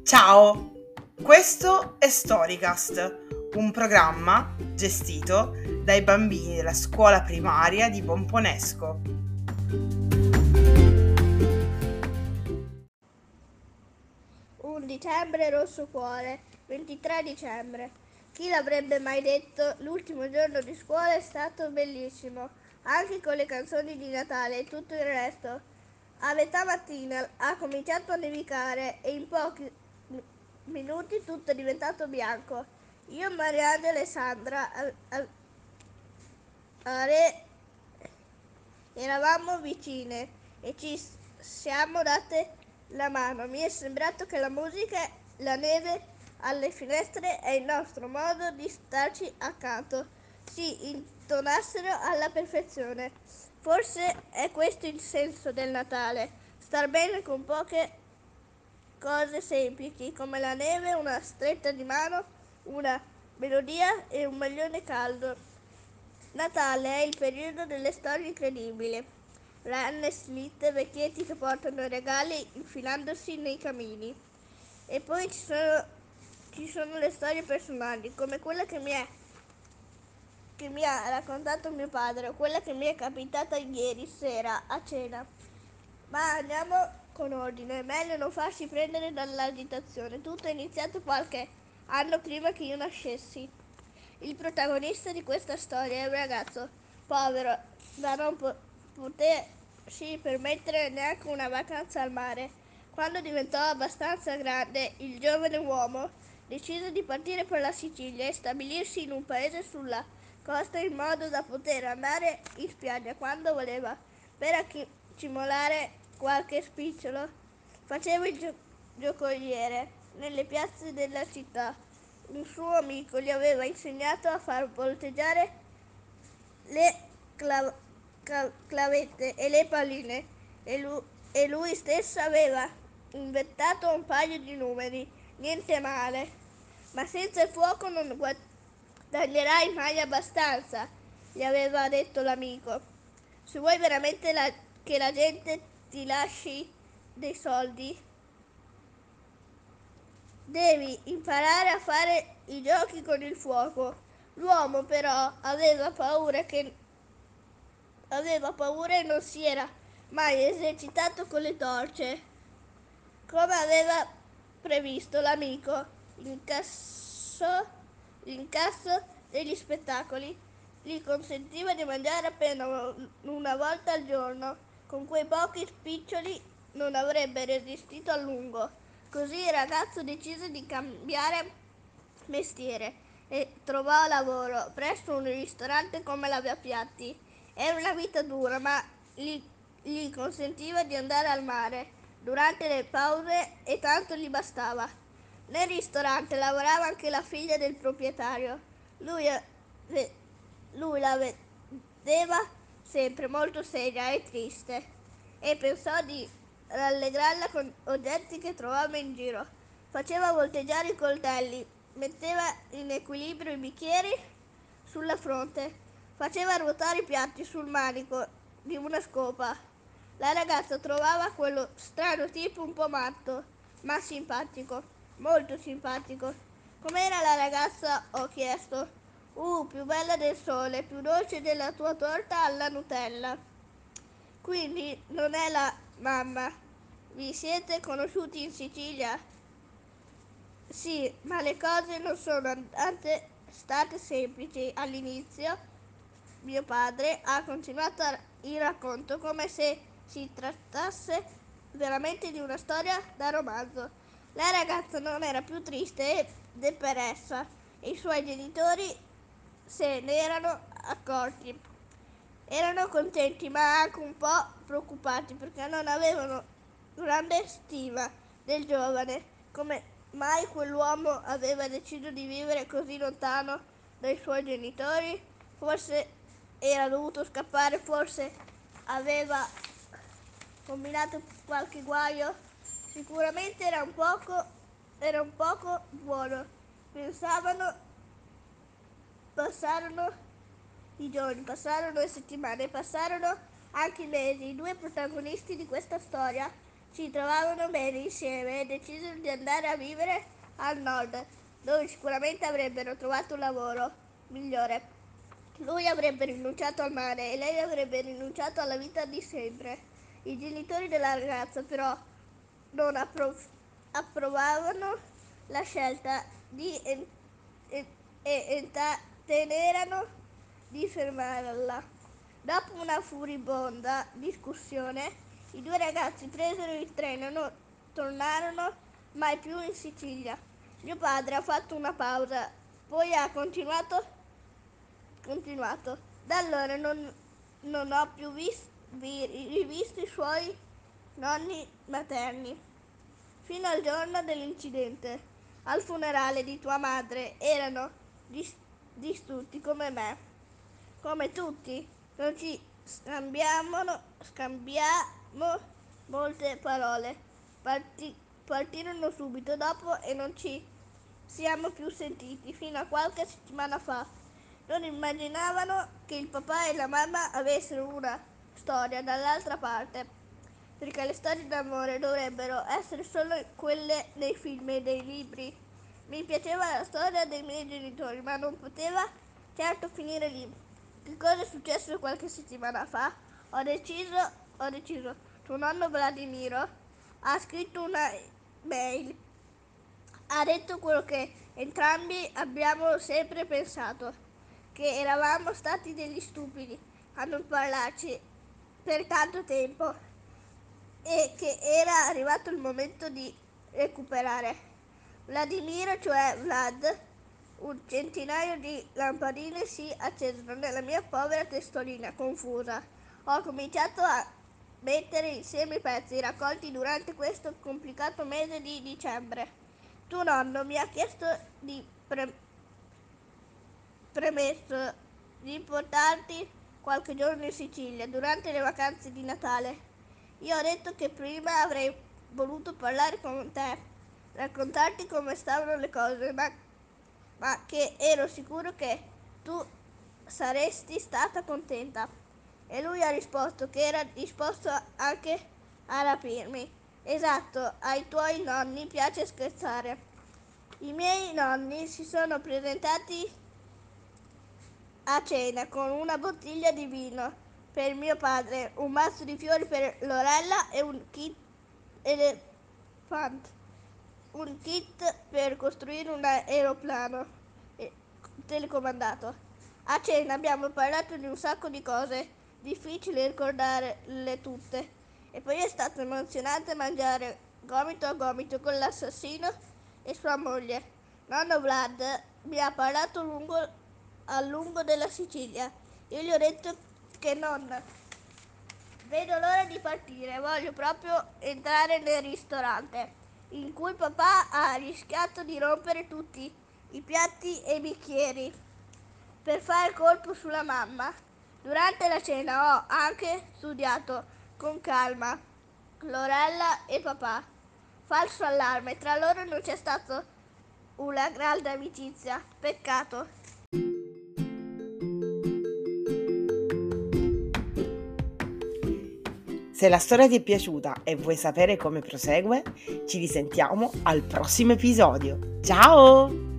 Ciao, questo è Storycast, un programma gestito dai bambini della scuola primaria di Pomponesco. Un dicembre rosso cuore, 23 dicembre. Chi l'avrebbe mai detto? L'ultimo giorno di scuola è stato bellissimo, anche con le canzoni di Natale e tutto il resto. A metà mattina ha cominciato a nevicare e in pochi minuti tutto è diventato bianco. Io, Mariangela e Sandra eravamo vicine e ci siamo date la mano. Mi è sembrato che la musica e la neve alle finestre è il nostro modo di starci accanto si intonassero alla perfezione. Forse è questo il senso del Natale, star bene con poche cose semplici come la neve, una stretta di mano, una melodia e un maglione caldo. Natale è il periodo delle storie incredibili. Renne, slitte, vecchietti che portano i regali infilandosi nei camini. E poi ci sono le storie personali, come quella che mi ha raccontato mio padre, o quella che mi è capitata ieri sera a cena. Ma andiamo con ordine, è meglio non farsi prendere dall'agitazione. Tutto è iniziato qualche anno prima che io nascessi. Il protagonista di questa storia è un ragazzo povero da non potersi permettere neanche una vacanza al mare. Quando diventò abbastanza grande, il giovane uomo decise di partire per la Sicilia e stabilirsi in un paese sulla costa in modo da poter andare in spiaggia quando voleva. Per accumulare qualche spicciolo, faceva il giocoliere nelle piazze della città. Un suo amico gli aveva insegnato a far volteggiare le clavette e le palline e lui stesso aveva inventato un paio di numeri, niente male. Ma senza il fuoco non guadagnerai mai abbastanza, gli aveva detto l'amico. Se vuoi veramente che la gente ti lasci dei soldi, devi imparare a fare i giochi con il fuoco. L'uomo però aveva paura e non si era mai esercitato con le torce. Come aveva previsto l'amico, l'incasso degli spettacoli gli consentiva di mangiare appena una volta al giorno. Con quei pochi spiccioli non avrebbe resistito a lungo. Così il ragazzo decise di cambiare mestiere e trovò lavoro presso un ristorante come lavapiatti. Era una vita dura, ma gli consentiva di andare al mare durante le pause e tanto gli bastava. Nel ristorante lavorava anche la figlia del proprietario. Lui, lui la vedeva sempre molto seria e triste e pensò di rallegrarla con oggetti che trovava in giro. Faceva volteggiare i coltelli, metteva in equilibrio i bicchieri sulla fronte, faceva ruotare i piatti sul manico di una scopa. La ragazza trovava quello strano tipo un po' matto, ma simpatico, molto simpatico. Com'era la ragazza? Ho chiesto. Più bella del sole, più dolce della tua torta alla Nutella. Quindi non è la mamma. Vi siete conosciuti in Sicilia? Sì, ma le cose non sono state semplici all'inizio. Mio padre ha continuato il racconto come se si trattasse veramente di una storia da romanzo. La ragazza non era più triste e depressa e i suoi genitori se ne erano accorti. Erano contenti ma anche un po' preoccupati perché non avevano grande stima del giovane. Come mai quell'uomo aveva deciso di vivere così lontano dai suoi genitori? Forse era dovuto scappare, forse aveva combinato qualche guaio. Sicuramente era un poco buono. Pensavano, passarono i giorni, passarono le settimane, passarono anche i mesi. I due protagonisti di questa storia si trovavano bene insieme e decisero di andare a vivere al nord, dove sicuramente avrebbero trovato un lavoro migliore. Lui avrebbe rinunciato al mare e lei avrebbe rinunciato alla vita di sempre. I genitori della ragazza però non approvavano la scelta e tenerono di fermarla. Dopo una furibonda discussione, i due ragazzi presero il treno e non tornarono mai più in Sicilia. Mio padre ha fatto una pausa, poi ha continuato. Da allora non ho più rivisto i suoi nonni materni, fino al giorno dell'incidente. Al funerale di tua madre erano distrutti come me, come tutti. Non ci scambiamo molte parole. Partirono subito dopo e non ci siamo più sentiti fino a qualche settimana fa. Non immaginavano che il papà e la mamma avessero una storia dall'altra parte, perché le storie d'amore dovrebbero essere solo quelle nei film e nei libri. Mi piaceva la storia dei miei genitori, ma non poteva certo finire lì. Che cosa è successo qualche settimana fa? Ho deciso. Tuo nonno Vladimiro ha scritto una mail. Ha detto quello che entrambi abbiamo sempre pensato, che eravamo stati degli stupidi a non parlarci per tanto tempo e che era arrivato il momento di recuperare. Vladimiro, cioè Vlad, un centinaio di lampadine si accesero nella mia povera testolina confusa. Ho cominciato a mettere insieme i pezzi raccolti durante questo complicato mese di dicembre. Tuo nonno mi ha chiesto di premesso di portarti qualche giorno in Sicilia durante le vacanze di Natale. Io ho detto che prima avrei voluto parlare con te, raccontarti come stavano le cose, ma che ero sicuro che tu saresti stata contenta. E lui ha risposto che era disposto anche a rapirmi. Esatto, ai tuoi nonni piace scherzare. I miei nonni si sono presentati a cena con una bottiglia di vino per mio padre, un mazzo di fiori per Lorella e un kit elefant, un kit per costruire un aeroplano telecomandato. A cena abbiamo parlato di un sacco di cose, difficili ricordarle tutte. E poi è stato emozionante mangiare gomito a gomito con l'assassino e sua moglie. Nonno Vlad mi ha parlato a lungo della Sicilia. Io gli ho detto che non vedo l'ora di partire, voglio proprio entrare nel ristorante in cui papà ha rischiato di rompere tutti i piatti e i bicchieri per fare colpo sulla mamma. Durante la cena ho anche studiato con calma Lorella e papà. Falso allarme, tra loro non c'è stata una grande amicizia. Peccato. Se la storia ti è piaciuta e vuoi sapere come prosegue, ci risentiamo al prossimo episodio. Ciao!